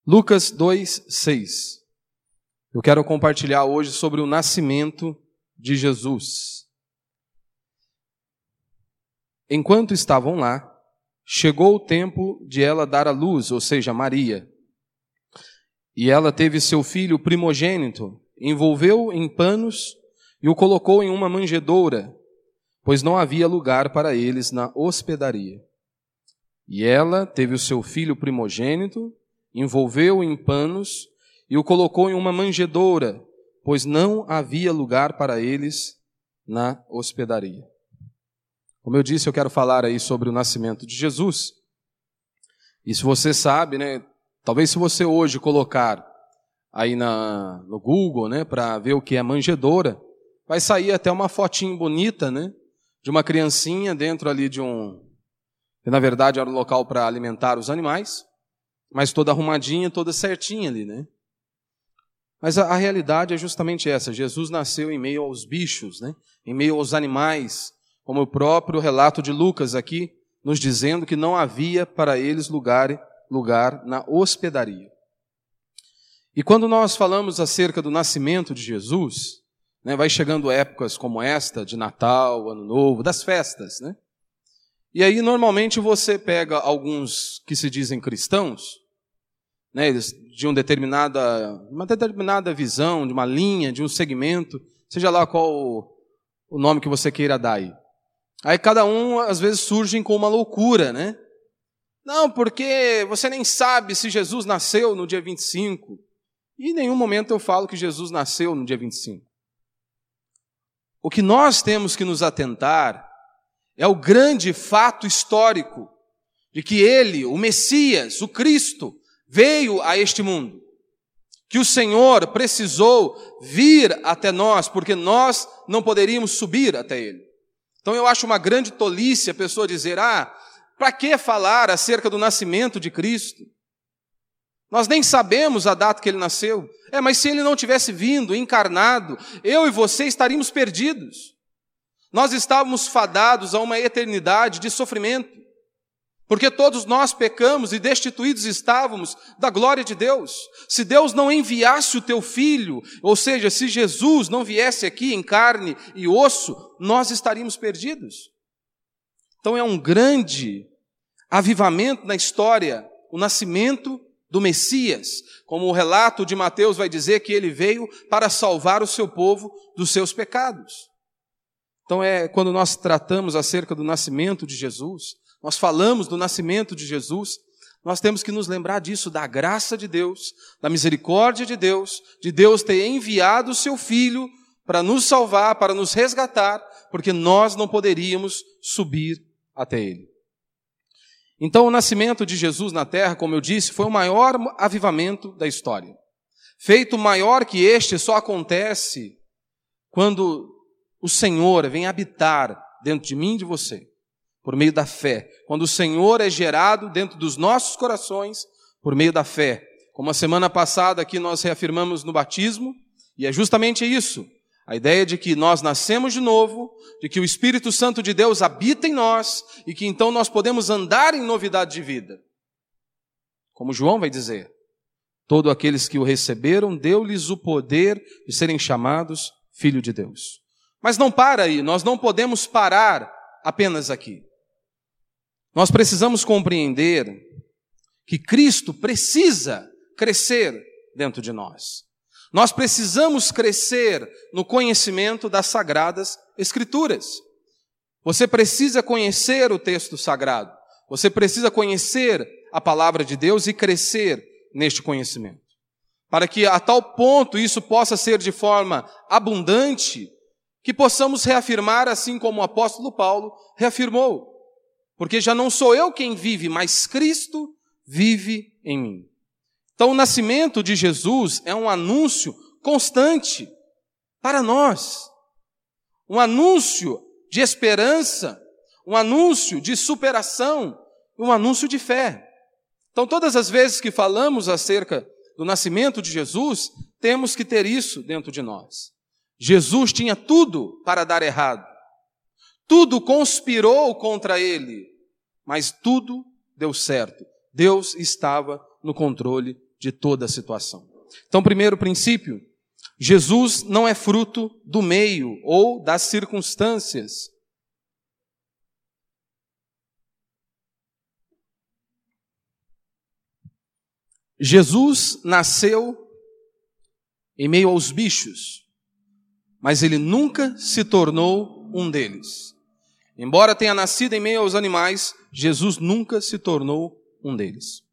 Lucas 2:6. Eu quero compartilhar hoje sobre o nascimento de Jesus. Enquanto estavam lá, chegou o tempo de ela dar à luz, ou seja, Maria. E ela teve seu filho primogênito, envolveu em panos e o colocou em uma manjedoura, pois não havia lugar para eles na hospedaria. E ela teve o seu filho primogênito, envolveu em panos e o colocou em uma manjedoura, pois não havia lugar para eles na hospedaria. Como eu disse, eu quero falar aí sobre o nascimento de Jesus. E se você sabe, talvez se você hoje colocar aí no Google, para ver o que é manjedoura, vai sair até uma fotinho bonita, de uma criancinha dentro ali de que na verdade era um local para alimentar os animais, mas toda arrumadinha, toda certinha ali, Mas a realidade é justamente essa. Jesus nasceu em meio aos bichos, em meio aos animais, como o próprio relato de Lucas aqui, nos dizendo que não havia para eles lugar na hospedaria. E quando nós falamos acerca do nascimento de Jesus, vai chegando épocas como esta, de Natal, Ano Novo, das festas, E aí normalmente você pega alguns que se dizem cristãos, eles de uma determinada visão, de uma linha, de um segmento, seja lá qual o nome que você queira dar aí. Aí cada um, às vezes, surge com uma loucura, Não, porque você nem sabe se Jesus nasceu no dia 25. E em nenhum momento eu falo que Jesus nasceu no dia 25. O que nós temos que nos atentar é o grande fato histórico de que Ele, o Messias, o Cristo, veio a este mundo. Que o Senhor precisou vir até nós, porque nós não poderíamos subir até Ele. Então eu acho uma grande tolice a pessoa dizer, para que falar acerca do nascimento de Cristo? Nós nem sabemos a data que Ele nasceu. Mas se Ele não tivesse vindo, encarnado, eu e você estaríamos perdidos. Nós estávamos fadados a uma eternidade de sofrimento. Porque todos nós pecamos e destituídos estávamos da glória de Deus. Se Deus não enviasse o teu Filho, ou seja, se Jesus não viesse aqui em carne e osso, nós estaríamos perdidos. Então é um grande avivamento na história, o nascimento do Messias, como o relato de Mateus vai dizer que ele veio para salvar o seu povo dos seus pecados. Então quando nós tratamos acerca do nascimento de Jesus, nós falamos do nascimento de Jesus, nós temos que nos lembrar disso, da graça de Deus, da misericórdia de Deus ter enviado o seu Filho para nos salvar, para nos resgatar, porque nós não poderíamos subir até Ele. Então o nascimento de Jesus na terra, como eu disse, foi o maior avivamento da história. Feito maior que este só acontece quando o Senhor vem habitar dentro de mim e de você, por meio da fé. Quando o Senhor é gerado dentro dos nossos corações, por meio da fé. Como a semana passada aqui nós reafirmamos no batismo, e é justamente isso. A ideia de que nós nascemos de novo, de que o Espírito Santo de Deus habita em nós, e que então nós podemos andar em novidade de vida. Como João vai dizer, todos aqueles que o receberam, deu-lhes o poder de serem chamados filho de Deus. Mas não para aí, nós não podemos parar apenas aqui. Nós precisamos compreender que Cristo precisa crescer dentro de nós. Nós precisamos crescer no conhecimento das Sagradas Escrituras. Você precisa conhecer o texto sagrado. Você precisa conhecer a palavra de Deus e crescer neste conhecimento. Para que a tal ponto isso possa ser de forma abundante, que possamos reafirmar assim como o apóstolo Paulo reafirmou. Porque já não sou eu quem vive, mas Cristo vive em mim. Então o nascimento de Jesus é um anúncio constante para nós. Um anúncio de esperança, um anúncio de superação, um anúncio de fé. Então todas as vezes que falamos acerca do nascimento de Jesus, temos que ter isso dentro de nós. Jesus tinha tudo para dar errado. Tudo conspirou contra ele, mas tudo deu certo. Deus estava no controle de toda a situação. Então, primeiro princípio, Jesus não é fruto do meio ou das circunstâncias. Jesus nasceu em meio aos bichos, mas ele nunca se tornou um deles. Embora tenha nascido em meio aos animais, Jesus nunca se tornou um deles.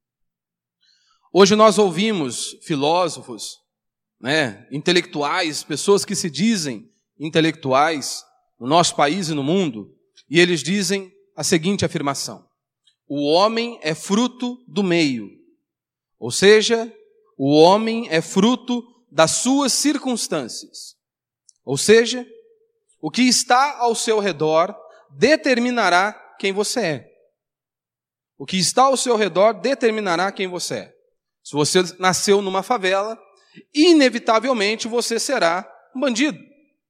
Hoje nós ouvimos filósofos, intelectuais, pessoas que se dizem intelectuais no nosso país e no mundo, e eles dizem a seguinte afirmação: o homem é fruto do meio, ou seja, o homem é fruto das suas circunstâncias. Ou seja, o que está ao seu redor determinará quem você é. O que está ao seu redor determinará quem você é. Se você nasceu numa favela, inevitavelmente você será um bandido,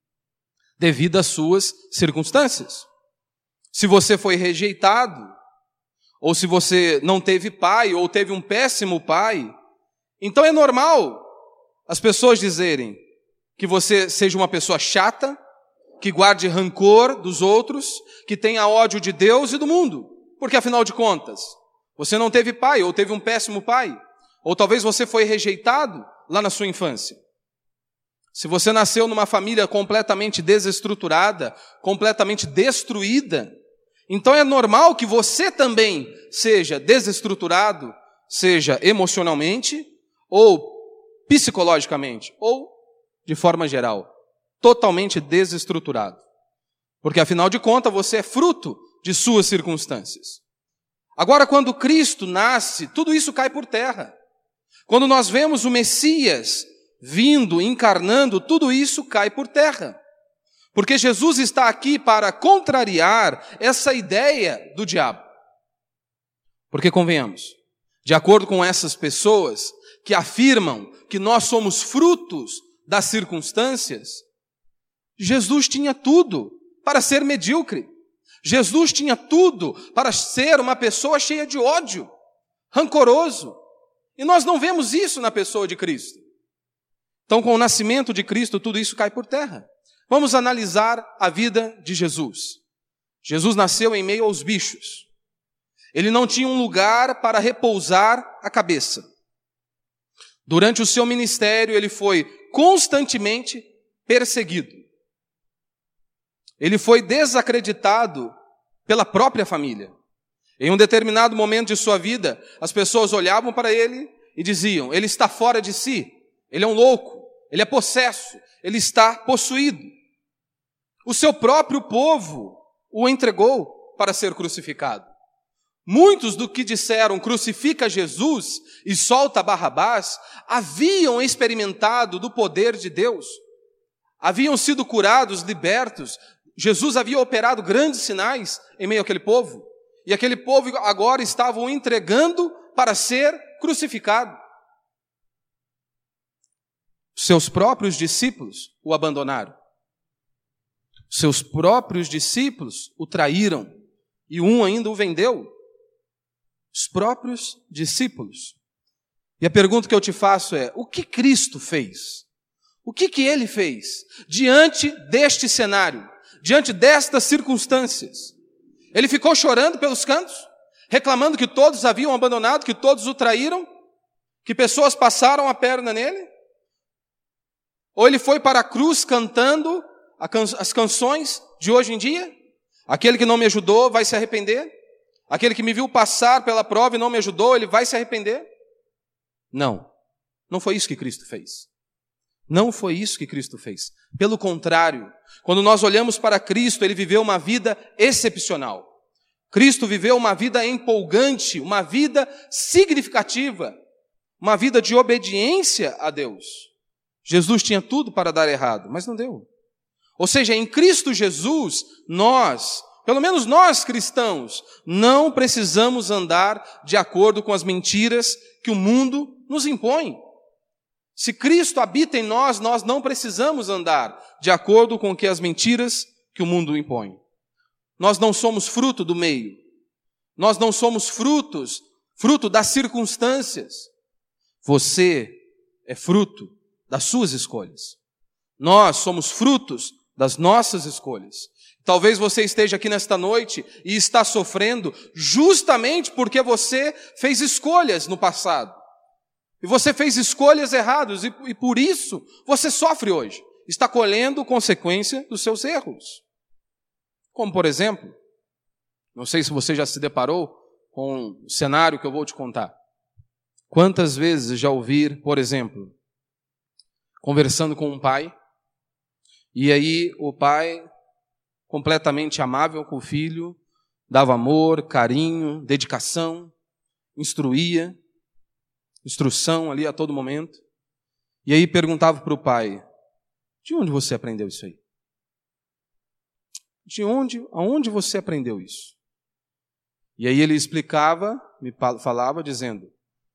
devido às suas circunstâncias. Se você foi rejeitado, ou se você não teve pai, ou teve um péssimo pai, então é normal as pessoas dizerem que você seja uma pessoa chata, que guarde rancor dos outros, que tenha ódio de Deus e do mundo. Porque, afinal de contas, você não teve pai, ou teve um péssimo pai, ou talvez você foi rejeitado lá na sua infância. Se você nasceu numa família completamente desestruturada, completamente destruída, então é normal que você também seja desestruturado, seja emocionalmente, ou psicologicamente, ou de forma geral, totalmente desestruturado. Porque, afinal de contas, você é fruto de suas circunstâncias. Agora, quando Cristo nasce, tudo isso cai por terra. Quando nós vemos o Messias vindo, encarnando, tudo isso cai por terra. Porque Jesus está aqui para contrariar essa ideia do diabo. Porque, convenhamos, de acordo com essas pessoas que afirmam que nós somos frutos das circunstâncias, Jesus tinha tudo para ser medíocre. Jesus tinha tudo para ser uma pessoa cheia de ódio, rancoroso. E nós não vemos isso na pessoa de Cristo. Então, com o nascimento de Cristo, tudo isso cai por terra. Vamos analisar a vida de Jesus. Jesus nasceu em meio aos bichos. Ele não tinha um lugar para repousar a cabeça. Durante o seu ministério, ele foi constantemente perseguido. Ele foi desacreditado pela própria família. Em um determinado momento de sua vida, as pessoas olhavam para ele e diziam: ele está fora de si, ele é um louco, ele é possesso, ele está possuído. O seu próprio povo o entregou para ser crucificado. Muitos do que disseram crucifica Jesus e solta Barrabás haviam experimentado do poder de Deus, haviam sido curados, libertos. Jesus havia operado grandes sinais em meio àquele povo, e aquele povo agora estava o entregando para ser crucificado. Seus próprios discípulos o abandonaram. Seus próprios discípulos o traíram, e um ainda o vendeu. Os próprios discípulos. E a pergunta que eu te faço é: o que Cristo fez? O que ele fez diante deste cenário, diante destas circunstâncias? Ele ficou chorando pelos cantos, reclamando que todos haviam abandonado, que todos o traíram, que pessoas passaram a perna nele? Ou ele foi para a cruz cantando as canções de hoje em dia? Aquele que não me ajudou vai se arrepender? Aquele que me viu passar pela prova e não me ajudou, ele vai se arrepender? Não, não foi isso que Cristo fez. Não foi isso que Cristo fez. Pelo contrário, quando nós olhamos para Cristo, ele viveu uma vida excepcional. Cristo viveu uma vida empolgante, uma vida significativa, uma vida de obediência a Deus. Jesus tinha tudo para dar errado, mas não deu. Ou seja, em Cristo Jesus, nós, pelo menos nós cristãos, não precisamos andar de acordo com as mentiras que o mundo nos impõe. Se Cristo habita em nós, nós não precisamos andar de acordo com as mentiras que o mundo impõe. Nós não somos fruto do meio. Nós não somos fruto das circunstâncias. Você é fruto das suas escolhas. Nós somos frutos das nossas escolhas. Talvez você esteja aqui nesta noite e está sofrendo justamente porque você fez escolhas no passado. E você fez escolhas erradas e por isso você sofre hoje. Está colhendo consequência dos seus erros. Como, por exemplo, não sei se você já se deparou com o cenário que eu vou te contar. Quantas vezes já ouvir, por exemplo, conversando com um pai, e aí o pai, completamente amável com o filho, dava amor, carinho, dedicação, instrução ali a todo momento. E aí perguntava para o pai, de onde você aprendeu isso aí? Aonde você aprendeu isso? E aí ele explicava, me falava dizendo,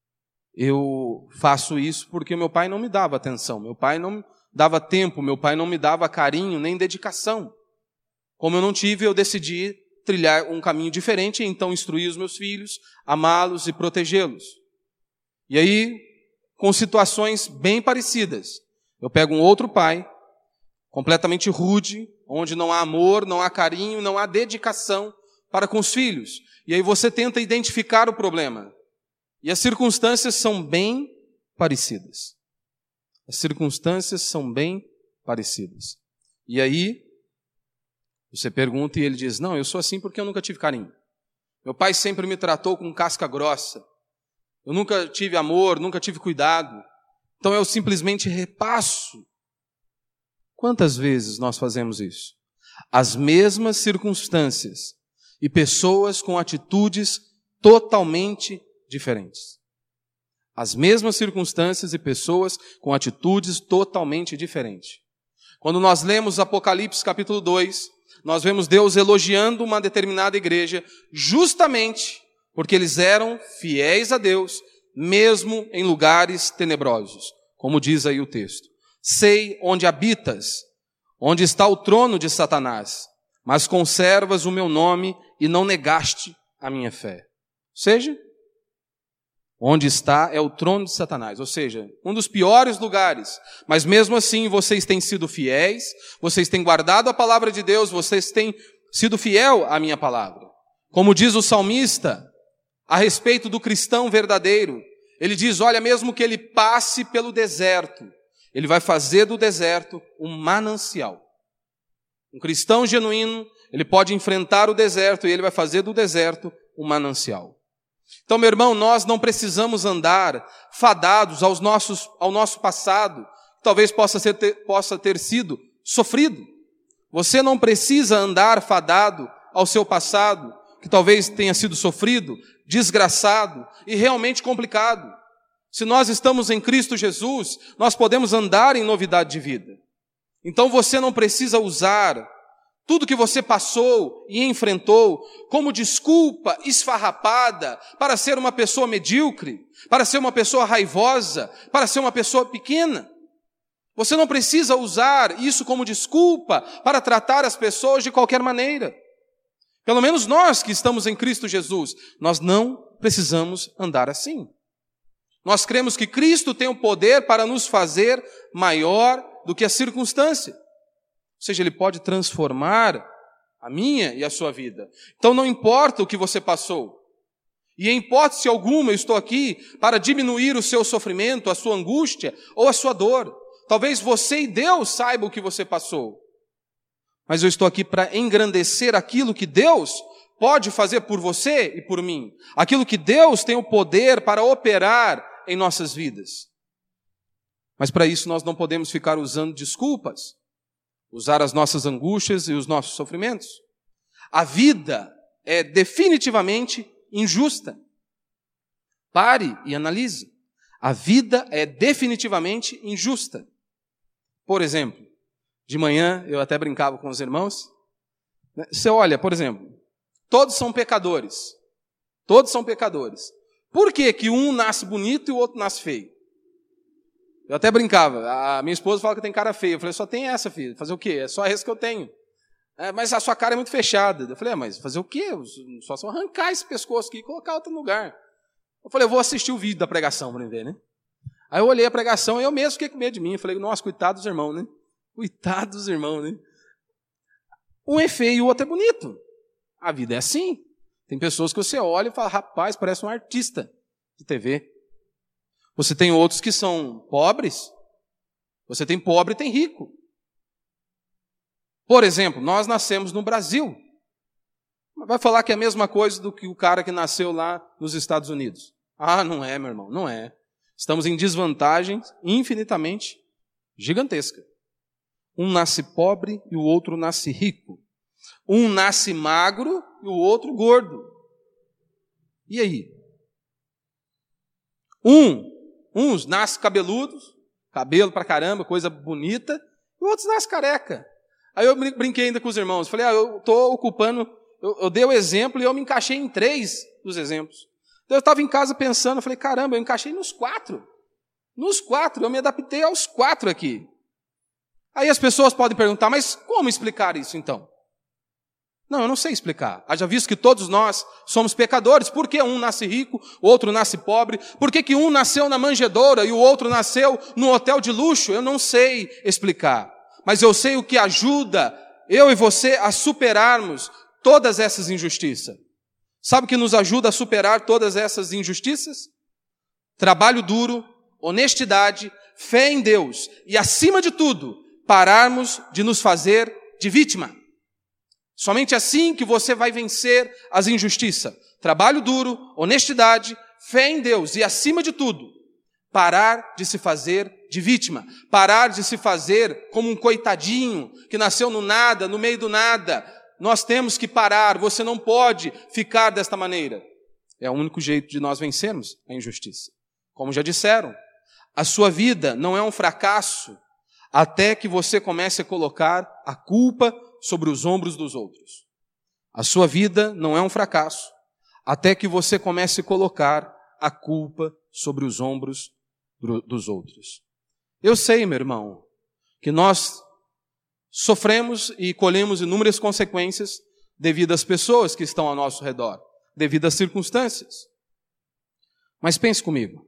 eu faço isso porque meu pai não me dava atenção, meu pai não me dava tempo, meu pai não me dava carinho nem dedicação. Como eu não tive, eu decidi trilhar um caminho diferente e então instruir os meus filhos, amá-los e protegê-los. E aí, com situações bem parecidas, eu pego um outro pai, completamente rude, onde não há amor, não há carinho, não há dedicação para com os filhos. E aí você tenta identificar o problema. E as circunstâncias são bem parecidas. As circunstâncias são bem parecidas. E aí, você pergunta e ele diz, não, eu sou assim porque eu nunca tive carinho. Meu pai sempre me tratou com casca grossa. Eu nunca tive amor, nunca tive cuidado. Então eu simplesmente repasso. Quantas vezes nós fazemos isso? As mesmas circunstâncias e pessoas com atitudes totalmente diferentes. As mesmas circunstâncias e pessoas com atitudes totalmente diferentes. Quando nós lemos Apocalipse capítulo 2, nós vemos Deus elogiando uma determinada igreja justamente porque eles eram fiéis a Deus, mesmo em lugares tenebrosos. Como diz aí o texto. Sei onde habitas, onde está o trono de Satanás, mas conservas o meu nome e não negaste a minha fé. Ou seja, onde está é o trono de Satanás, ou seja, um dos piores lugares. Mas mesmo assim vocês têm sido fiéis, vocês têm guardado a palavra de Deus, vocês têm sido fiel à minha palavra. Como diz o salmista, a respeito do cristão verdadeiro, ele diz, olha, mesmo que ele passe pelo deserto, ele vai fazer do deserto um manancial. Um cristão genuíno, ele pode enfrentar o deserto e ele vai fazer do deserto um manancial. Então, meu irmão, nós não precisamos andar fadados ao nosso passado, que talvez possa ter sido sofrido. Você não precisa andar fadado ao seu passado, que talvez tenha sido sofrido, desgraçado e realmente complicado. Se nós estamos em Cristo Jesus, nós podemos andar em novidade de vida. Então você não precisa usar tudo que você passou e enfrentou como desculpa esfarrapada para ser uma pessoa medíocre, para ser uma pessoa raivosa, para ser uma pessoa pequena. Você não precisa usar isso como desculpa para tratar as pessoas de qualquer maneira. Pelo menos nós que estamos em Cristo Jesus, nós não precisamos andar assim. Nós cremos que Cristo tem o poder para nos fazer maior do que a circunstância. Ou seja, Ele pode transformar a minha e a sua vida. Então não importa o que você passou. E em hipótese alguma eu estou aqui para diminuir o seu sofrimento, a sua angústia ou a sua dor. Talvez você e Deus saibam o que você passou. Mas eu estou aqui para engrandecer aquilo que Deus pode fazer por você e por mim. Aquilo que Deus tem o poder para operar em nossas vidas. Mas para isso nós não podemos ficar usando desculpas, usar as nossas angústias e os nossos sofrimentos. A vida é definitivamente injusta. Pare e analise. A vida é definitivamente injusta. Por exemplo, de manhã eu até brincava com os irmãos. Você olha, por exemplo, todos são pecadores. Todos são pecadores. Por que que um nasce bonito e o outro nasce feio? Eu até brincava. A minha esposa fala que tem cara feia. Eu falei, só tem essa, filha. Fazer o quê? É só essa que eu tenho. Mas a sua cara é muito fechada. Eu falei, mas fazer o quê? Só arrancar esse pescoço aqui e colocar outro lugar. Eu falei, eu vou assistir o vídeo da pregação para ver, né? Aí eu olhei a pregação e eu mesmo fiquei com medo de mim. Eu falei, nossa, coitado dos irmãos, né? Coitado dos irmãos, né? Um é feio e o outro é bonito. A vida é assim. Tem pessoas que você olha e fala, rapaz, parece um artista de TV. Você tem outros que são pobres. Você tem pobre e tem rico. Por exemplo, nós nascemos no Brasil. Vai falar que é a mesma coisa do que o cara que nasceu lá nos Estados Unidos. Ah, não é, meu irmão, não é. Estamos em desvantagem infinitamente gigantesca. Um nasce pobre e o outro nasce rico. Um nasce magro e o outro gordo. E aí? Uns nascem cabeludos, cabelo pra caramba, coisa bonita, e outros nascem careca. Aí eu brinquei ainda com os irmãos, falei, eu estou ocupando, eu dei o exemplo e eu me encaixei em 3 dos exemplos. Então eu estava em casa pensando, eu falei, caramba, eu encaixei nos 4. Nos 4, eu me adaptei aos 4 aqui. Aí as pessoas podem perguntar, mas como explicar isso então? Não, eu não sei explicar. Haja visto que todos nós somos pecadores. Por que um nasce rico, o outro nasce pobre? Por que um nasceu na manjedoura e o outro nasceu no hotel de luxo? Eu não sei explicar. Mas eu sei o que ajuda eu e você a superarmos todas essas injustiças. Sabe o que nos ajuda a superar todas essas injustiças? Trabalho duro, honestidade, fé em Deus e, acima de tudo, pararmos de nos fazer de vítima. Somente assim que você vai vencer as injustiças. Trabalho duro, honestidade, fé em Deus e, acima de tudo, parar de se fazer de vítima. Parar de se fazer como um coitadinho que nasceu no nada, no meio do nada. Nós temos que parar, você não pode ficar desta maneira. É o único jeito de nós vencermos a injustiça. Como já disseram, a sua vida não é um fracasso até que você comece a colocar a culpa sobre os ombros dos outros. A sua vida não é um fracasso até que você comece a colocar a culpa sobre os ombros dos outros. Eu sei, meu irmão, que nós sofremos e colhemos inúmeras consequências devido às pessoas que estão ao nosso redor, devido às circunstâncias. Mas pense comigo.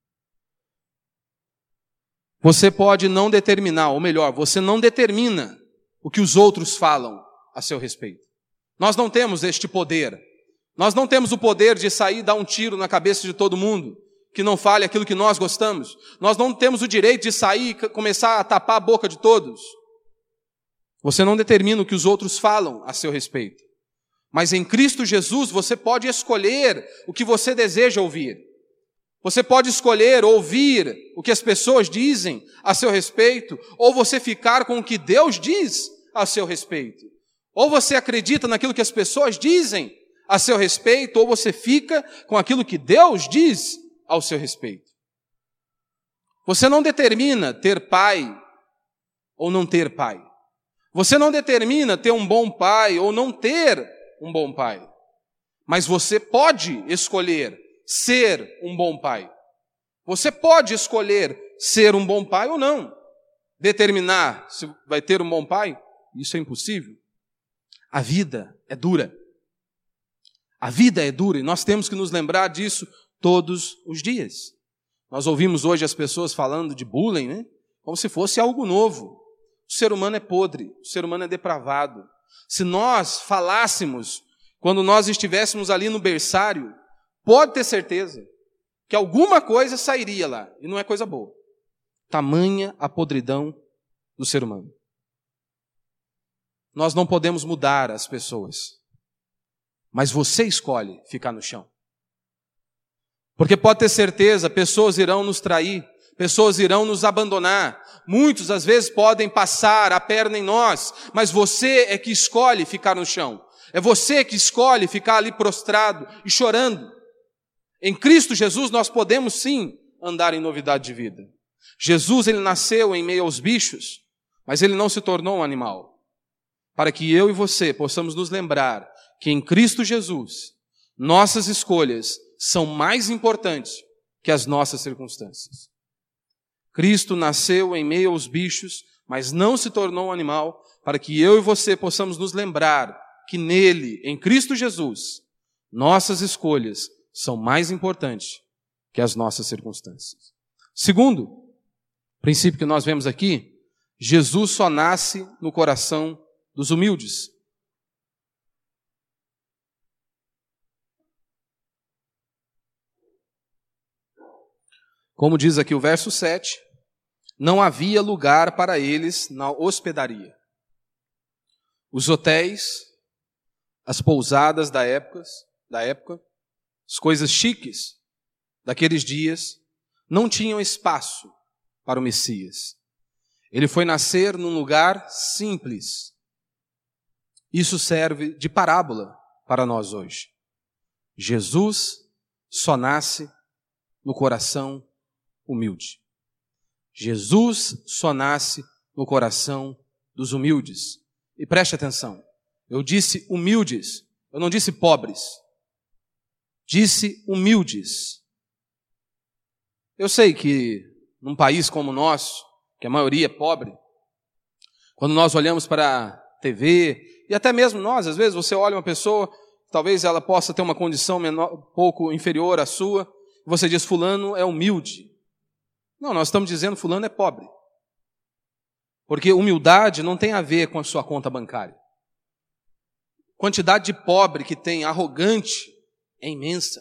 Você pode não determinar, ou melhor, você não determina o que os outros falam a seu respeito. Nós não temos este poder. Nós não temos o poder de sair e dar um tiro na cabeça de todo mundo que não fale aquilo que nós gostamos. Nós não temos o direito de sair e começar a tapar a boca de todos. Você não determina o que os outros falam a seu respeito. Mas em Cristo Jesus você pode escolher o que você deseja ouvir. Você pode escolher ouvir o que as pessoas dizem a seu respeito, ou você ficar com o que Deus diz a seu respeito. Ou você acredita naquilo que as pessoas dizem a seu respeito, ou você fica com aquilo que Deus diz ao seu respeito. Você não determina ter pai ou não ter pai. Você não determina ter um bom pai ou não ter um bom pai. Mas você pode escolher ser um bom pai. Você pode escolher ser um bom pai ou não. Determinar se vai ter um bom pai, isso é impossível. A vida é dura. A vida é dura e nós temos que nos lembrar disso todos os dias. Nós ouvimos hoje as pessoas falando de bullying, né? Como se fosse algo novo. O ser humano é podre, o ser humano é depravado. Se nós falássemos, quando nós estivéssemos ali no berçário, pode ter certeza que alguma coisa sairia lá, e não é coisa boa. Tamanha a podridão do ser humano. Nós não podemos mudar as pessoas, mas você escolhe ficar no chão. Porque pode ter certeza, pessoas irão nos trair, pessoas irão nos abandonar, muitos às vezes podem passar a perna em nós, mas você é que escolhe ficar no chão. É você que escolhe ficar ali prostrado e chorando. Em Cristo Jesus nós podemos sim andar em novidade de vida. Jesus, ele nasceu em meio aos bichos, mas ele não se tornou um animal. Para que eu e você possamos nos lembrar que em Cristo Jesus, nossas escolhas são mais importantes que as nossas circunstâncias. Cristo nasceu em meio aos bichos, mas não se tornou um animal, para que eu e você possamos nos lembrar que nele, em Cristo Jesus, nossas escolhas são mais importantes que as nossas circunstâncias. Segundo princípio que nós vemos aqui, Jesus só nasce no coração dos humildes. Como diz aqui o verso 7, não havia lugar para eles na hospedaria. Os hotéis, as pousadas da época, as coisas chiques daqueles dias, não tinham espaço para o Messias. Ele foi nascer num lugar simples. Isso serve de parábola para nós hoje. Jesus só nasce no coração humilde. Jesus só nasce no coração dos humildes. E preste atenção, eu disse humildes, eu não disse pobres. Disse humildes. Eu sei que num país como o nosso, que a maioria é pobre, quando nós olhamos para a TV, e até mesmo nós, às vezes você olha uma pessoa, talvez ela possa ter uma condição menor, pouco inferior à sua, e você diz, fulano é humilde. Não, nós estamos dizendo fulano é pobre. Porque humildade não tem a ver com a sua conta bancária. Quantidade de pobre que tem arrogante é imensa.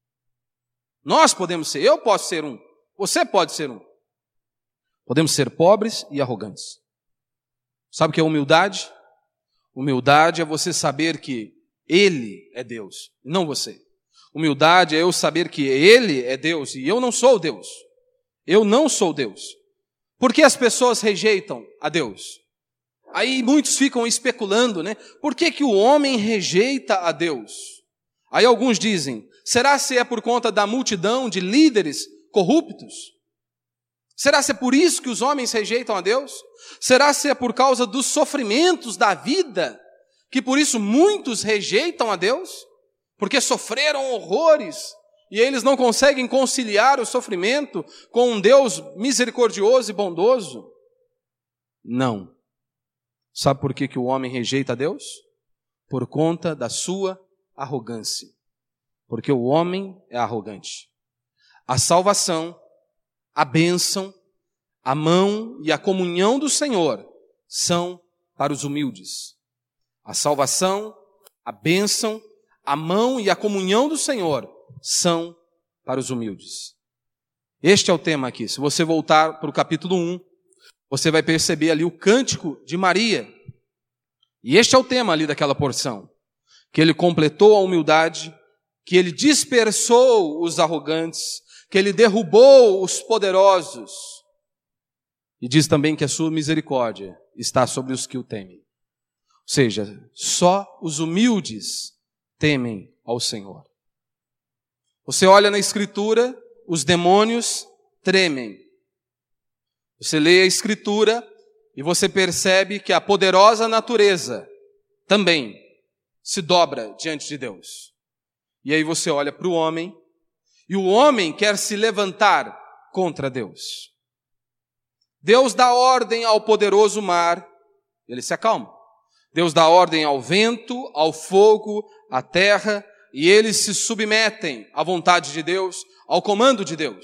Nós podemos ser, eu posso ser um, você pode ser um. Podemos ser pobres e arrogantes. Sabe o que é humildade? Humildade é você saber que Ele é Deus, não você. Humildade é eu saber que Ele é Deus e eu não sou Deus. Eu não sou Deus. Por que as pessoas rejeitam a Deus? Aí muitos ficam especulando, né? Por que o homem rejeita a Deus? Aí alguns dizem, será se é por conta da multidão de líderes corruptos? Será se é por isso que os homens rejeitam a Deus? Será se é por causa dos sofrimentos da vida, que por isso muitos rejeitam a Deus? Porque sofreram horrores, e eles não conseguem conciliar o sofrimento com um Deus misericordioso e bondoso? Não. Sabe por que o homem rejeita a Deus? Por conta da sua arrogância. Porque o homem é arrogante. A salvação, a bênção, a mão e a comunhão do Senhor são para os humildes. A salvação, a bênção, a mão e a comunhão do Senhor são para os humildes. Este é o tema aqui. Se você voltar para o capítulo 1, você vai perceber ali o cântico de Maria. E este é o tema ali daquela porção. Que ele completou a humildade, que ele dispersou os arrogantes, que ele derrubou os poderosos. E diz também que a sua misericórdia está sobre os que o temem. Ou seja, só os humildes temem ao Senhor. Você olha na Escritura, os demônios tremem. Você lê a Escritura e você percebe que a poderosa natureza também se dobra diante de Deus. E aí você olha para o homem, e o homem quer se levantar contra Deus. Deus dá ordem ao poderoso mar, ele se acalma. Deus dá ordem ao vento, ao fogo, à terra, e eles se submetem à vontade de Deus, ao comando de Deus.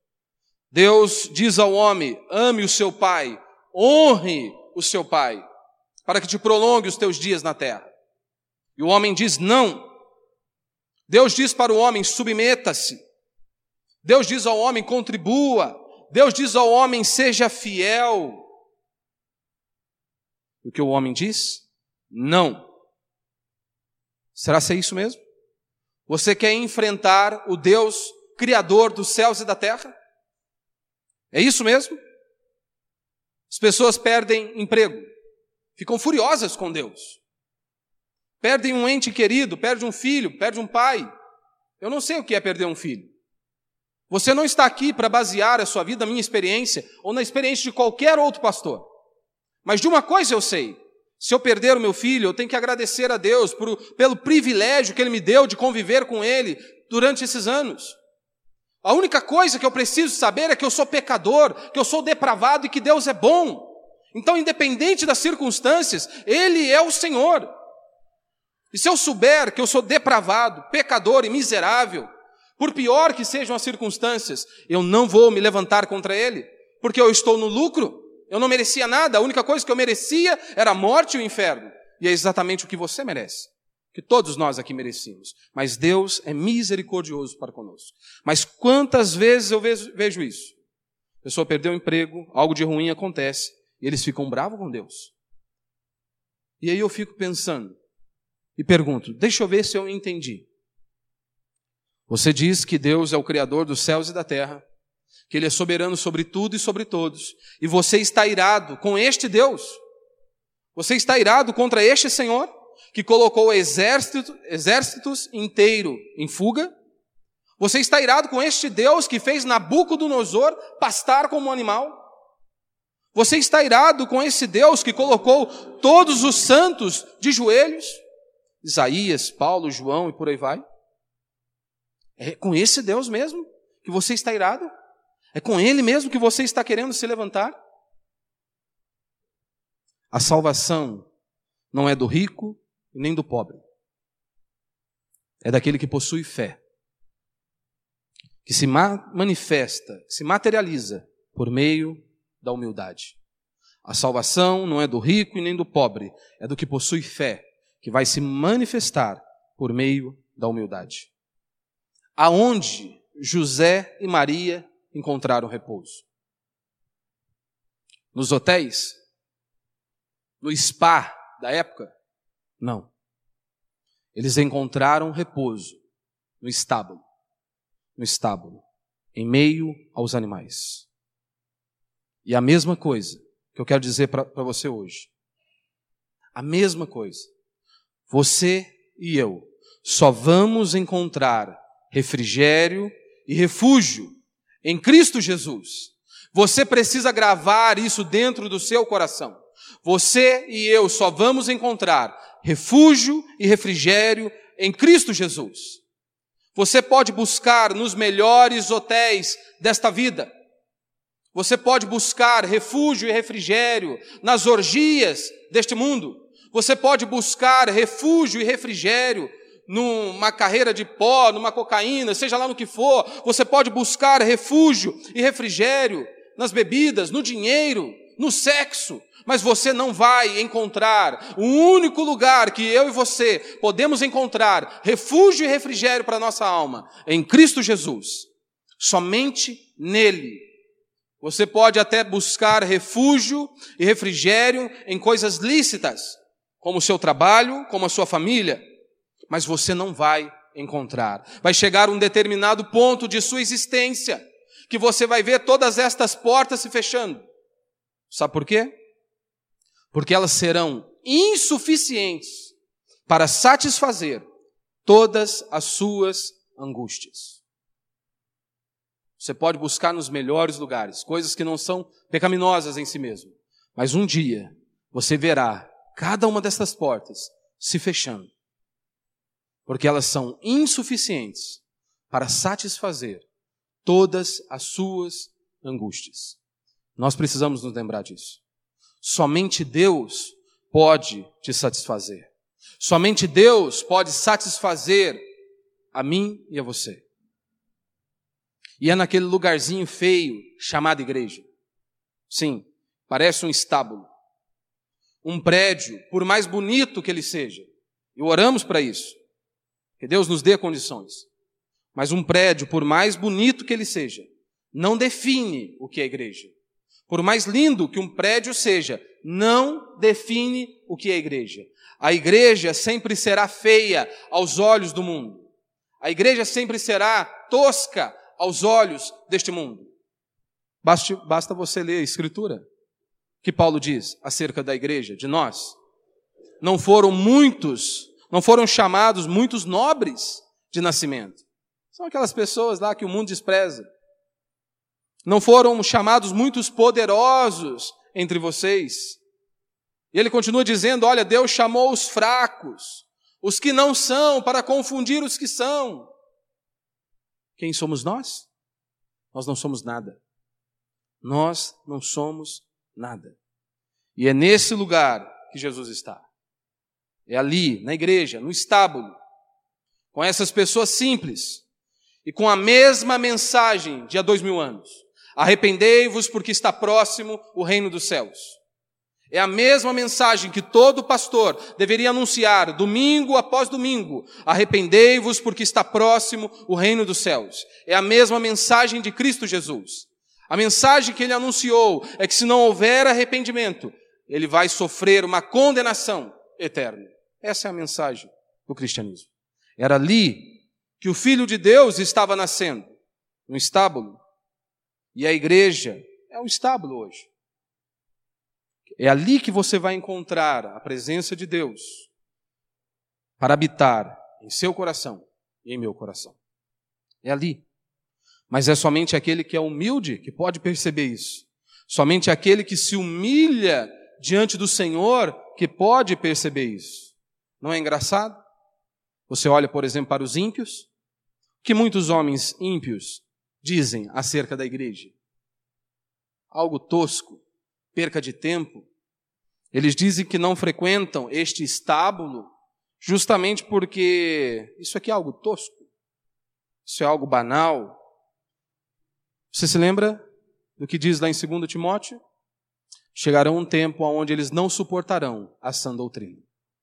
Deus diz ao homem, ame o seu pai, honre o seu pai, para que te prolongue os teus dias na terra. E o homem diz não. Deus diz para o homem, submeta-se. Deus diz ao homem, contribua. Deus diz ao homem, seja fiel. O que o homem diz? Não. Será ser isso mesmo? Você quer enfrentar o Deus Criador dos céus e da terra? É isso mesmo? As pessoas perdem emprego, ficam furiosas com Deus. Perdem um ente querido, perde um filho, perde um pai. Eu não sei o que é perder um filho. Você não está aqui para basear a sua vida na minha experiência ou na experiência de qualquer outro pastor. Mas de uma coisa eu sei. Se eu perder o meu filho, eu tenho que agradecer a Deus pelo privilégio que Ele me deu de conviver com Ele durante esses anos. A única coisa que eu preciso saber é que eu sou pecador, que eu sou depravado e que Deus é bom. Então, independente das circunstâncias, Ele é o Senhor. E se eu souber que eu sou depravado, pecador e miserável, Por pior que sejam as circunstâncias, eu não vou me levantar contra ele, porque eu estou no lucro, eu não merecia nada, a única coisa que eu merecia era a morte e o inferno. E é exatamente o que você merece, que todos nós aqui merecíamos. Mas Deus é misericordioso para conosco. Mas quantas vezes eu vejo isso? A pessoa perdeu o emprego, algo de ruim acontece, e eles ficam bravos com Deus. E aí eu fico pensando, e pergunto, deixa eu ver se eu entendi. Você diz que Deus é o Criador dos céus e da terra, que Ele é soberano sobre tudo e sobre todos, e você está irado com este Deus. Você está irado contra este Senhor, que colocou exércitos inteiro em fuga. Você está irado com este Deus que fez Nabucodonosor pastar como um animal. Você está irado com esse Deus que colocou todos os santos de joelhos. Isaías, Paulo, João e por aí vai. É com esse Deus mesmo que você está irado? É com Ele mesmo que você está querendo se levantar? A salvação não é do rico e nem do pobre. É daquele que possui fé, que se manifesta, que se materializa por meio da humildade. A salvação não é do rico e nem do pobre, é do que possui fé, que vai se manifestar por meio da humildade. Aonde José e Maria encontraram repouso? Nos hotéis? No spa da época? Não. Eles encontraram repouso no estábulo. No estábulo, em meio aos animais. E a mesma coisa que eu quero dizer para você hoje. A mesma coisa. Você e eu só vamos encontrar refrigério e refúgio em Cristo Jesus. Você precisa gravar isso dentro do seu coração. Você e eu só vamos encontrar refúgio e refrigério em Cristo Jesus. Você pode buscar nos melhores hotéis desta vida. Você pode buscar refúgio e refrigério nas orgias deste mundo. Você pode buscar refúgio e refrigério numa carreira de pó, numa cocaína, seja lá no que for. Você pode buscar refúgio e refrigério nas bebidas, no dinheiro, no sexo. Mas você não vai encontrar o único lugar que eu e você podemos encontrar refúgio e refrigério para a nossa alma, em Cristo Jesus. Somente nele. Você pode até buscar refúgio e refrigério em coisas lícitas, como o seu trabalho, como a sua família, mas você não vai encontrar. Vai chegar um determinado ponto de sua existência, que você vai ver todas estas portas se fechando. Sabe por quê? Porque elas serão insuficientes para satisfazer todas as suas angústias. Você pode buscar nos melhores lugares, coisas que não são pecaminosas em si mesmo. Mas um dia, você verá cada uma dessas portas se fechando. Porque elas são insuficientes para satisfazer todas as suas angústias. Nós precisamos nos lembrar disso. Somente Deus pode te satisfazer. Somente Deus pode satisfazer a mim e a você. E é naquele lugarzinho feio chamado igreja. Sim, parece um estábulo. Um prédio, por mais bonito que ele seja. E oramos para isso. Que Deus nos dê condições. Mas um prédio, por mais bonito que ele seja, não define o que é igreja. Por mais lindo que um prédio seja, não define o que é igreja. A igreja sempre será feia aos olhos do mundo. A igreja sempre será tosca aos olhos deste mundo. Basta você ler a Escritura, que Paulo diz acerca da igreja, de nós. Não foram chamados muitos nobres de nascimento. São aquelas pessoas lá que o mundo despreza. Não foram chamados muitos poderosos entre vocês. E ele continua dizendo, olha, Deus chamou os fracos, os que não são, para confundir os que são. Quem somos nós? Nós não somos nada. Nós não somos nada. E é nesse lugar que Jesus está. É ali, na igreja, no estábulo, com essas pessoas simples. e com a mesma mensagem de há 2000 anos. Arrependei-vos porque está próximo o reino dos céus. É a mesma mensagem que todo pastor deveria anunciar domingo após domingo. Arrependei-vos porque está próximo o reino dos céus. É a mesma mensagem de Cristo Jesus. A mensagem que ele anunciou é que se não houver arrependimento, ele vai sofrer uma condenação eterna. Essa é a mensagem do cristianismo. Era ali que o Filho de Deus estava nascendo, no estábulo. E a igreja é um estábulo hoje. É ali que você vai encontrar a presença de Deus para habitar em seu coração e em meu coração. É ali. Mas é somente aquele que é humilde que pode perceber isso. Somente aquele que se humilha diante do Senhor que pode perceber isso. Não é engraçado? Você olha, por exemplo, para os ímpios. O que muitos homens ímpios dizem acerca da igreja? Algo tosco, perca de tempo. Eles dizem que não frequentam este estábulo justamente porque isso aqui é algo tosco, isso é algo banal. Você se lembra do que diz lá em 2 Timóteo? Chegará um tempo onde eles não suportarão a sã doutrina.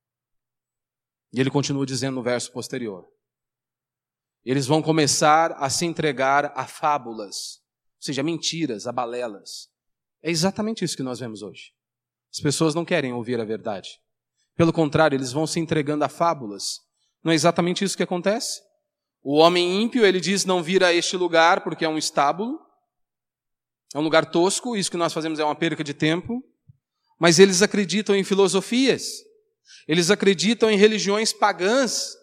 E ele continua dizendo no verso posterior. Eles vão começar a se entregar a fábulas, ou seja, mentiras, a balelas. É exatamente isso que nós vemos hoje. As pessoas não querem ouvir a verdade. Pelo contrário, eles vão se entregando a fábulas. Não é exatamente isso que acontece? O homem ímpio, ele diz não vir a este lugar porque é um estábulo. É um lugar tosco, isso que nós fazemos é uma perca de tempo. Mas eles acreditam em filosofias. Eles acreditam em religiões pagãs.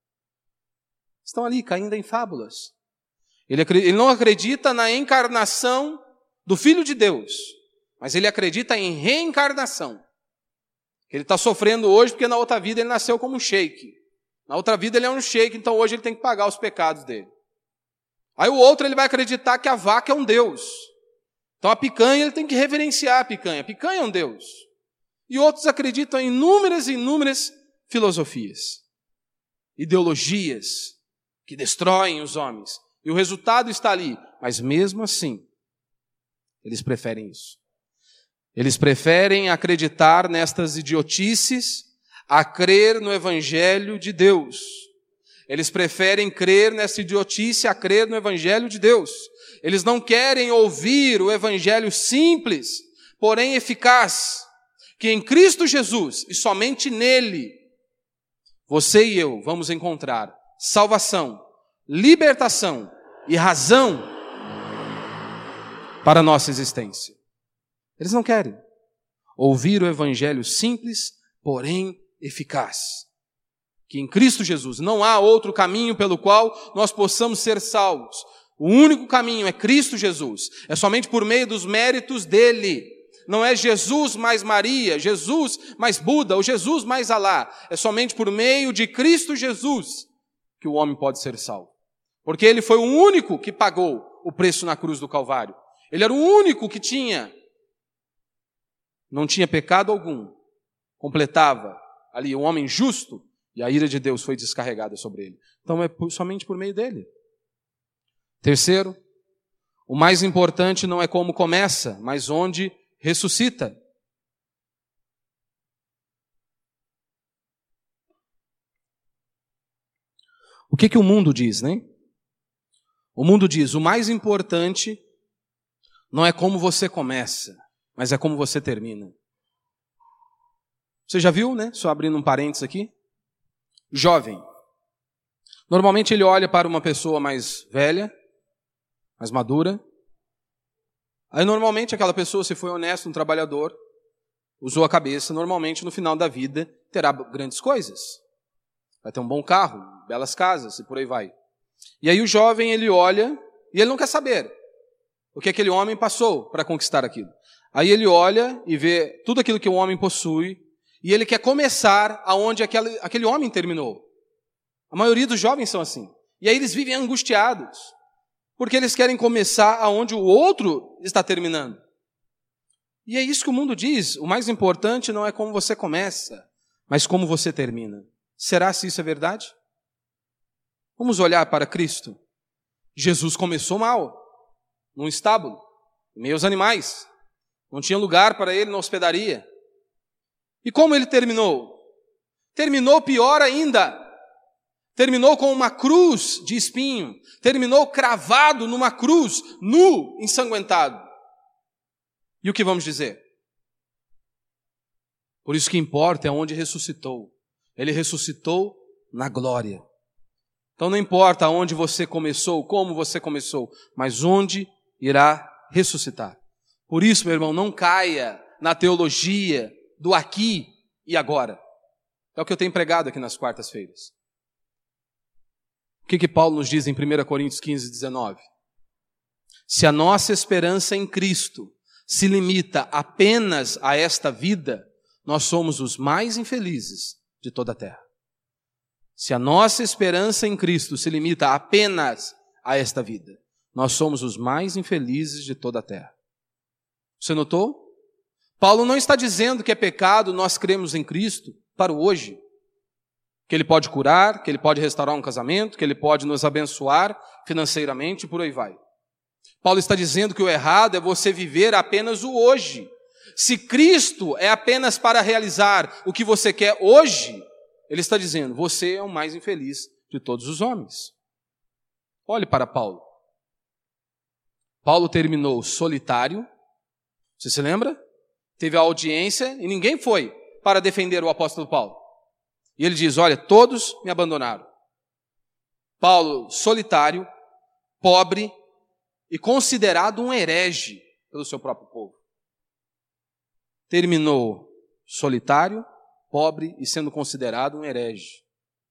Estão ali caindo em fábulas. Ele não acredita na encarnação do Filho de Deus, mas ele acredita em reencarnação. Ele está sofrendo hoje porque na outra vida ele nasceu como um sheik. Na outra vida ele é um sheik, então hoje ele tem que pagar os pecados dele. Aí o outro ele vai acreditar que a vaca é um deus. Então a picanha ele tem que reverenciar a picanha. A picanha é um deus. E outros acreditam em inúmeras filosofias, ideologias que destroem os homens. E o resultado está ali. Mas mesmo assim, eles preferem isso. Eles preferem acreditar nestas idiotices a crer no Evangelho de Deus. Eles preferem crer nessa idiotice a crer no Evangelho de Deus. Eles não querem ouvir o Evangelho simples, porém eficaz, que em Cristo Jesus e somente nele, você e eu vamos encontrar salvação, libertação e razão para a nossa existência. Eles não querem ouvir o Evangelho simples, porém eficaz. Que em Cristo Jesus não há outro caminho pelo qual nós possamos ser salvos. O único caminho é Cristo Jesus. É somente por meio dos méritos dele. Não é Jesus mais Maria, Jesus mais Buda ou Jesus mais Alá. É somente por meio de Cristo Jesus que o homem pode ser salvo. Porque ele foi o único que pagou o preço na cruz do Calvário. Ele era o único que não tinha pecado algum. Completava ali um homem justo e a ira de Deus foi descarregada sobre ele. Então é somente por meio dele. Terceiro, o mais importante não é como começa, mas onde ressuscita. O que o mundo diz, né? O mundo diz, o mais importante não é como você começa, mas é como você termina. Você já viu, né? Só abrindo um parênteses aqui. Jovem. Normalmente ele olha para uma pessoa mais velha, mais madura. Aí normalmente aquela pessoa, se foi honesto, um trabalhador, usou a cabeça, normalmente no final da vida terá grandes coisas. Vai ter um bom carro, belas casas e por aí vai. E aí o jovem, ele olha e ele não quer saber o que aquele homem passou para conquistar aquilo. Aí ele olha e vê tudo aquilo que o homem possui e ele quer começar aonde aquele homem terminou. A maioria dos jovens são assim. E aí eles vivem angustiados, porque eles querem começar aonde o outro está terminando. E é isso que o mundo diz. O mais importante não é como você começa, mas como você termina. Será se isso é verdade? Vamos olhar para Cristo. Jesus começou mal, num estábulo, em meio aos animais. Não tinha lugar para ele na hospedaria. E como ele terminou? Terminou pior ainda. Terminou com uma cruz de espinho. Terminou cravado numa cruz, nu, ensanguentado. E o que vamos dizer? Por isso que importa é onde ressuscitou. Ele ressuscitou na glória. Então não importa onde você começou, como você começou, mas onde irá ressuscitar. Por isso, meu irmão, não caia na teologia do aqui e agora. É o que eu tenho pregado aqui nas quartas-feiras. O que Paulo nos diz em 1 Coríntios 15, 19? Se a nossa esperança em Cristo se limita apenas a esta vida, nós somos os mais infelizes de toda a terra. Se a nossa esperança em Cristo se limita apenas a esta vida, nós somos os mais infelizes de toda a terra. Você notou? Paulo não está dizendo que é pecado nós cremos em Cristo para o hoje. Que Ele pode curar, que Ele pode restaurar um casamento, que Ele pode nos abençoar financeiramente e por aí vai. Paulo está dizendo que o errado é você viver apenas o hoje. Se Cristo é apenas para realizar o que você quer hoje, ele está dizendo, você é o mais infeliz de todos os homens. Olhe para Paulo. Paulo terminou solitário. Você se lembra? Teve a audiência e ninguém foi para defender o apóstolo Paulo. E ele diz, olha, todos me abandonaram. Paulo, solitário, pobre e considerado um herege pelo seu próprio povo. Terminou solitário, pobre e sendo considerado um herege.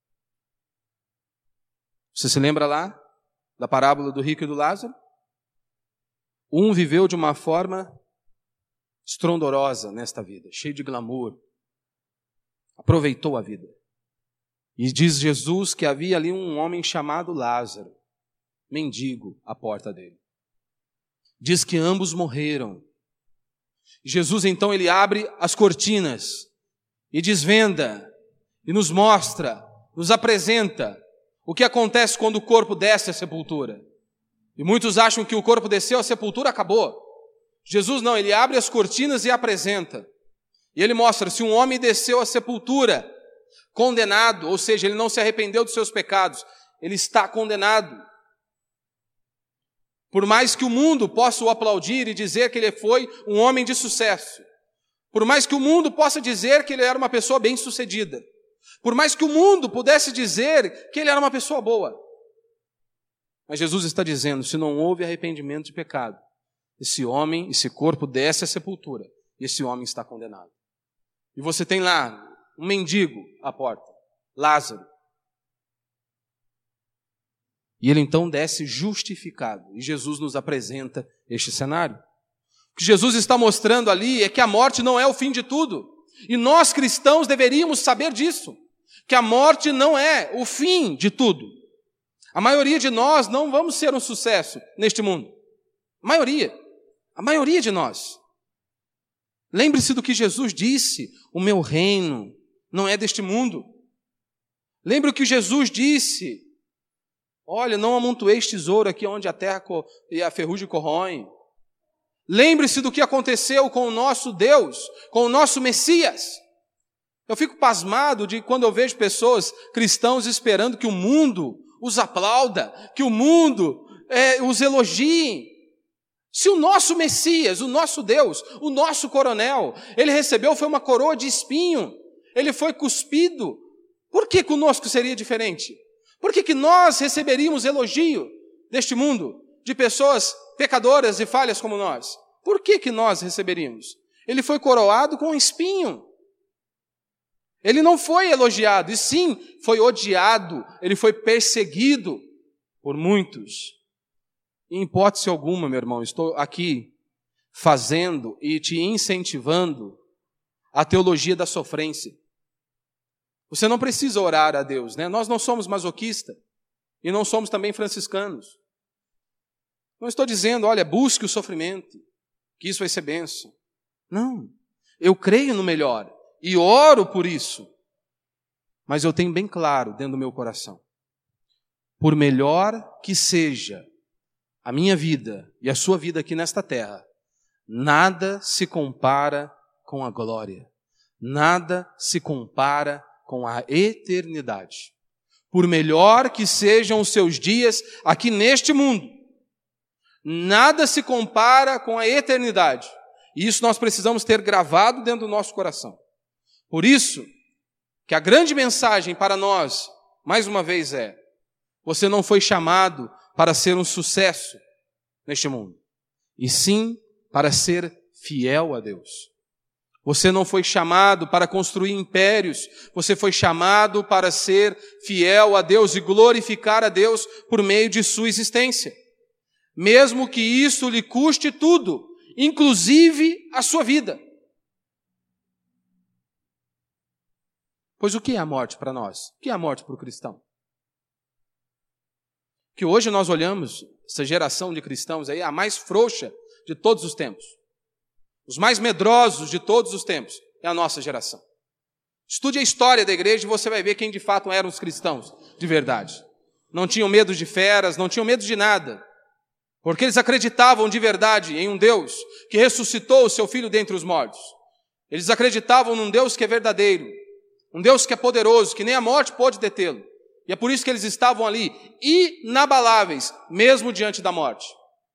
Você se lembra lá da parábola do rico e do Lázaro? Um viveu de uma forma estrondorosa nesta vida, cheio de glamour. Aproveitou a vida. E diz Jesus que havia ali um homem chamado Lázaro, mendigo à porta dele. Diz que ambos morreram. Jesus então ele abre as cortinas e desvenda e nos mostra, nos apresenta o que acontece quando o corpo desce à sepultura. E muitos acham que o corpo desceu à sepultura, acabou. Jesus não, ele abre as cortinas e apresenta. E ele mostra, se um homem desceu à sepultura, condenado, ou seja, ele não se arrependeu dos seus pecados, ele está condenado. Por mais que o mundo possa o aplaudir e dizer que ele foi um homem de sucesso, por mais que o mundo possa dizer que ele era uma pessoa bem-sucedida, por mais que o mundo pudesse dizer que ele era uma pessoa boa, mas Jesus está dizendo, se não houve arrependimento de pecado, esse homem, esse corpo desce à sepultura, e esse homem está condenado. E você tem lá um mendigo à porta, Lázaro. E ele então desce justificado. E Jesus nos apresenta este cenário. O que Jesus está mostrando ali é que a morte não é o fim de tudo. E nós cristãos deveríamos saber disso. Que a morte não é o fim de tudo. A maioria de nós não vamos ser um sucesso neste mundo. A maioria de nós. Lembre-se do que Jesus disse, o meu reino não é deste mundo. Lembre o que Jesus disse, olha, não amontoeis tesouro aqui onde a terra e a ferrugem corroem. Lembre-se do que aconteceu com o nosso Deus, com o nosso Messias. Eu fico pasmado de quando eu vejo pessoas cristãos esperando que o mundo os aplauda, que o mundo os elogie. Se o nosso Messias, o nosso Deus, o nosso coronel, ele recebeu foi uma coroa de espinho, ele foi cuspido, por que conosco seria diferente? Por que nós receberíamos elogio deste mundo, de pessoas pecadoras e falhas como nós? Por que nós receberíamos? Ele foi coroado com um espinho. Ele não foi elogiado, e sim, foi odiado, ele foi perseguido por muitos. Em hipótese alguma, meu irmão, estou aqui fazendo e te incentivando a teologia da sofrência. Você não precisa orar a Deus, né? Nós não somos masoquistas e não somos também franciscanos. Não estou dizendo, olha, busque o sofrimento, que isso vai ser bênção. Não, eu creio no melhor e oro por isso. Mas eu tenho bem claro dentro do meu coração, por melhor que seja a minha vida e a sua vida aqui nesta terra, nada se compara com a glória. Nada se compara com a eternidade. Por melhor que sejam os seus dias aqui neste mundo, nada se compara com a eternidade. E isso nós precisamos ter gravado dentro do nosso coração. Por isso, que a grande mensagem para nós, mais uma vez você não foi chamado para ser um sucesso neste mundo, e sim para ser fiel a Deus. Você não foi chamado para construir impérios, você foi chamado para ser fiel a Deus e glorificar a Deus por meio de sua existência. Mesmo que isso lhe custe tudo, inclusive a sua vida. Pois o que é a morte para nós? O que é a morte para o cristão? Que hoje nós olhamos essa geração de cristãos aí, a mais frouxa de todos os tempos. Os mais medrosos de todos os tempos é a nossa geração. Estude a história da igreja e você vai ver quem de fato eram os cristãos de verdade. Não tinham medo de feras, não tinham medo de nada. Porque eles acreditavam de verdade em um Deus que ressuscitou o seu Filho dentre os mortos. Eles acreditavam num Deus que é verdadeiro, um Deus que é poderoso, que nem a morte pode detê-lo. E é por isso que eles estavam ali, inabaláveis, mesmo diante da morte.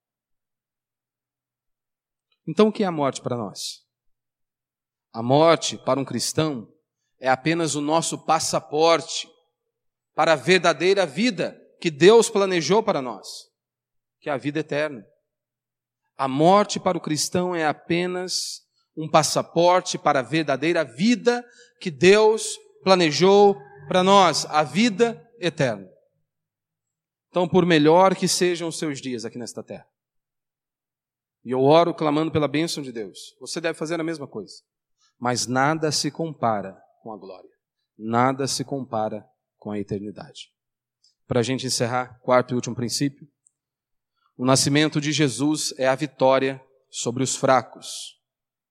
Então o que é a morte para nós? A morte para um cristão é apenas o nosso passaporte para a verdadeira vida que Deus planejou para nós, que é a vida eterna. A morte para o cristão é apenas um passaporte para a verdadeira vida que Deus planejou para nós, a vida eterna. Então, por melhor que sejam os seus dias aqui nesta terra, e eu oro clamando pela bênção de Deus, você deve fazer a mesma coisa. Mas nada se compara com a glória. Nada se compara com a eternidade. Para a gente encerrar, quarto e último princípio. O nascimento de Jesus é a vitória sobre os fracos.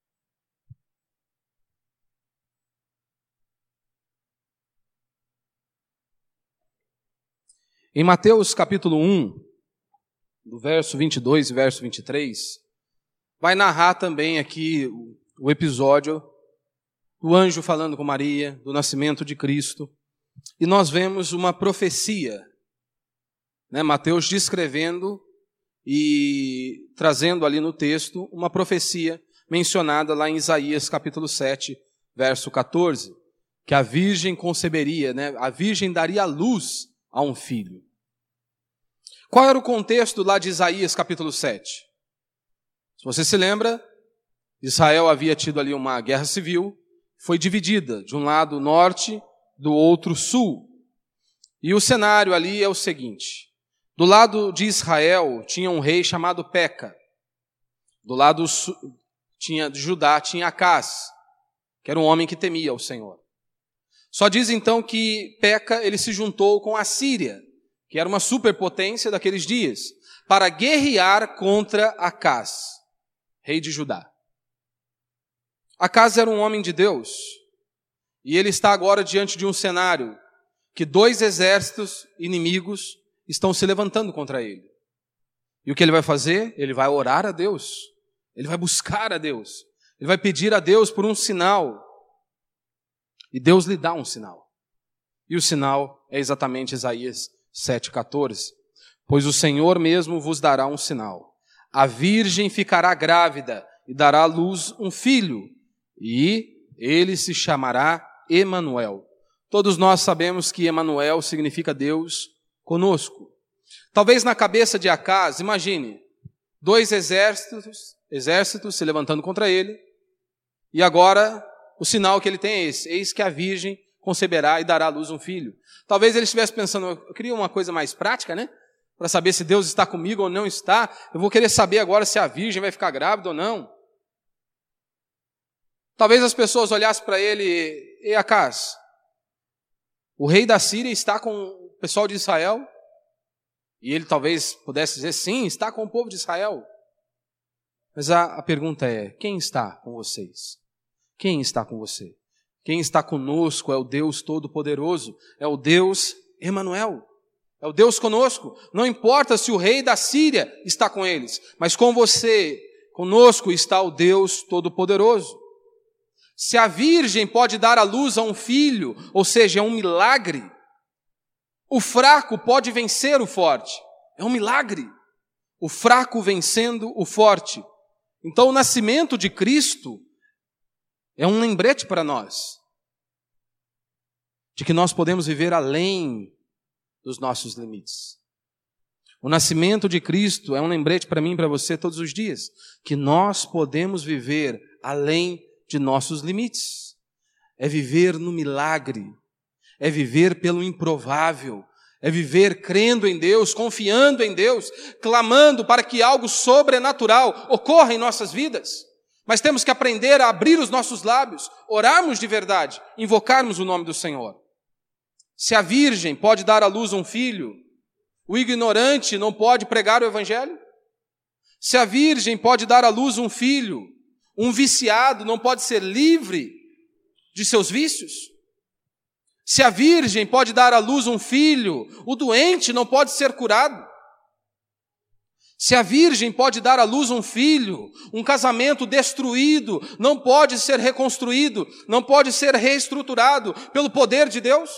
Em Mateus capítulo 1, do verso 22 e verso 23, vai narrar também aqui o episódio do anjo falando com Maria, do nascimento de Cristo. E nós vemos uma profecia, Mateus descrevendo e trazendo ali no texto uma profecia mencionada lá em Isaías capítulo 7, verso 14, que a virgem conceberia, a virgem daria luz a um filho. Qual era o contexto lá de Isaías capítulo 7? Se você se lembra, Israel havia tido ali uma guerra civil, foi dividida, de um lado norte, do outro sul. E o cenário ali é o seguinte: do lado de Israel tinha um rei chamado Peca. Do lado de Judá tinha Acaz, que era um homem que temia o Senhor. Só diz então que Peca ele se juntou com a Síria, que era uma superpotência daqueles dias, para guerrear contra Acaz, rei de Judá. Acaz era um homem de Deus, e ele está agora diante de um cenário que 2 exércitos inimigos estão se levantando contra ele. E o que ele vai fazer? Ele vai orar a Deus, ele vai buscar a Deus, ele vai pedir a Deus por um sinal, e Deus lhe dá um sinal. E o sinal é exatamente Isaías 7,14. Pois o Senhor mesmo vos dará um sinal. A virgem ficará grávida e dará à luz um filho, e ele se chamará Emanuel. Todos nós sabemos que Emanuel significa Deus conosco. Talvez na cabeça de Acaz, imagine, 2 exércitos se levantando contra ele, e agora o sinal que ele tem é esse: eis que a virgem conceberá e dará à luz um filho. Talvez ele estivesse pensando, eu queria uma coisa mais prática, para saber se Deus está comigo ou não está. Eu vou querer saber agora se a virgem vai ficar grávida ou não. Talvez as pessoas olhassem para ele: ei, Acaz, o rei da Síria está com o pessoal de Israel? E ele talvez pudesse dizer, sim, está com o povo de Israel. Mas a pergunta é, quem está com vocês? Quem está com você? Quem está conosco é o Deus Todo-Poderoso, é o Deus Emanuel. É o Deus conosco. Não importa se o rei da Síria está com eles, mas com você, conosco está o Deus Todo-Poderoso. Se a virgem pode dar à luz a um filho, ou seja, é um milagre, o fraco pode vencer o forte. É um milagre. O fraco vencendo o forte. Então o nascimento de Cristo é um lembrete para nós de que nós podemos viver além dos nossos limites. O nascimento de Cristo é um lembrete para mim e para você todos os dias, que nós podemos viver além de nossos limites. É viver no milagre, é viver pelo improvável, é viver crendo em Deus, confiando em Deus, clamando para que algo sobrenatural ocorra em nossas vidas. Mas temos que aprender a abrir os nossos lábios, orarmos de verdade, invocarmos o nome do Senhor. Se a virgem pode dar à luz um filho, o ignorante não pode pregar o evangelho? Se a virgem pode dar à luz um filho, um viciado não pode ser livre de seus vícios? Se a virgem pode dar à luz um filho, o doente não pode ser curado? Se a virgem pode dar à luz um filho, um casamento destruído não pode ser reconstruído, não pode ser reestruturado pelo poder de Deus?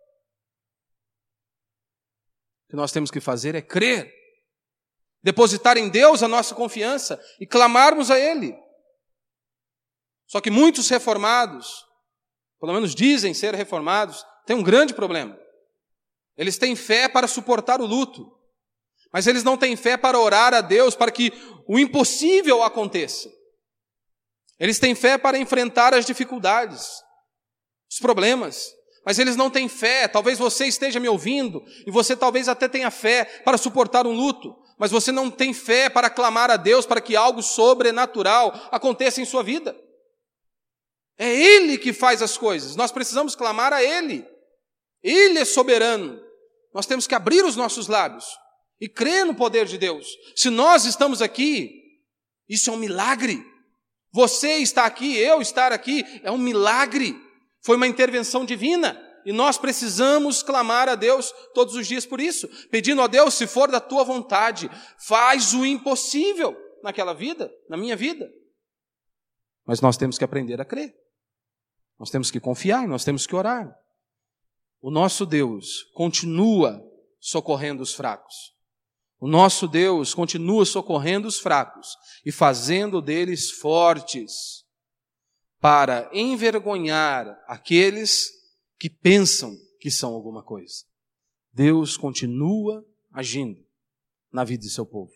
O que nós temos que fazer é crer, depositar em Deus a nossa confiança e clamarmos a Ele. Só que muitos reformados, pelo menos dizem ser reformados, têm um grande problema. Eles têm fé para suportar o luto, mas eles não têm fé para orar a Deus para que o impossível aconteça. Eles têm fé para enfrentar as dificuldades, os problemas, mas eles não têm fé. Talvez você esteja me ouvindo e você talvez até tenha fé para suportar um luto, mas você não tem fé para clamar a Deus para que algo sobrenatural aconteça em sua vida. É Ele que faz as coisas, nós precisamos clamar a Ele. Ele é soberano. Nós temos que abrir os nossos lábios e crer no poder de Deus. Se nós estamos aqui, isso é um milagre. Você está aqui, eu estar aqui, é um milagre. Foi uma intervenção divina. E nós precisamos clamar a Deus todos os dias por isso, pedindo a Deus, se for da tua vontade, faz o impossível naquela vida, na minha vida. Mas nós temos que aprender a crer. Nós temos que confiar, nós temos que orar. O nosso Deus continua socorrendo os fracos. O nosso Deus continua socorrendo os fracos e fazendo deles fortes para envergonhar aqueles que pensam que são alguma coisa. Deus continua agindo na vida de seu povo.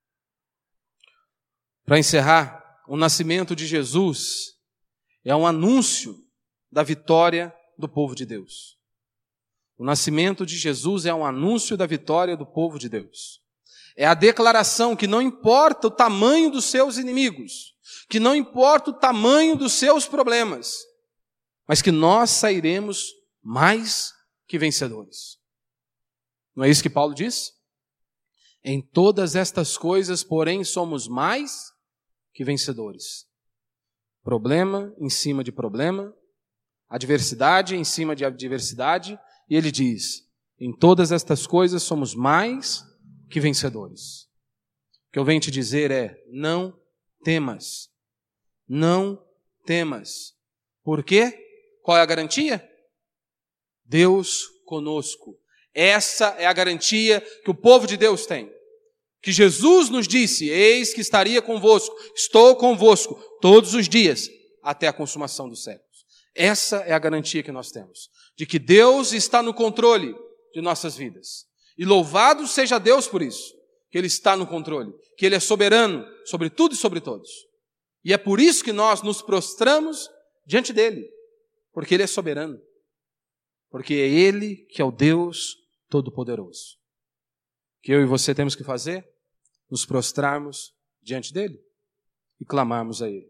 Para encerrar, o nascimento de Jesus é um anúncio da vitória do povo de Deus. O nascimento de Jesus é um anúncio da vitória do povo de Deus. É a declaração que não importa o tamanho dos seus inimigos, que não importa o tamanho dos seus problemas, mas que nós sairemos mais que vencedores. Não é isso que Paulo diz? Em todas estas coisas, porém, somos mais que vencedores. Problema em cima de problema, adversidade em cima de adversidade, e ele diz, em todas estas coisas somos mais que vencedores. O que eu venho te dizer é, não temas. Não temas. Por quê? Qual é a garantia? Deus conosco. Essa é a garantia que o povo de Deus tem. Que Jesus nos disse, eis que estaria convosco, estou convosco todos os dias, até a consumação dos séculos. Essa é a garantia que nós temos, de que Deus está no controle de nossas vidas. E louvado seja Deus por isso, que Ele está no controle, que Ele é soberano sobre tudo e sobre todos. E é por isso que nós nos prostramos diante dEle, porque Ele é soberano, porque é Ele que é o Deus Todo-Poderoso. O que eu e você temos que fazer? Nos prostrarmos diante dEle e clamarmos a Ele.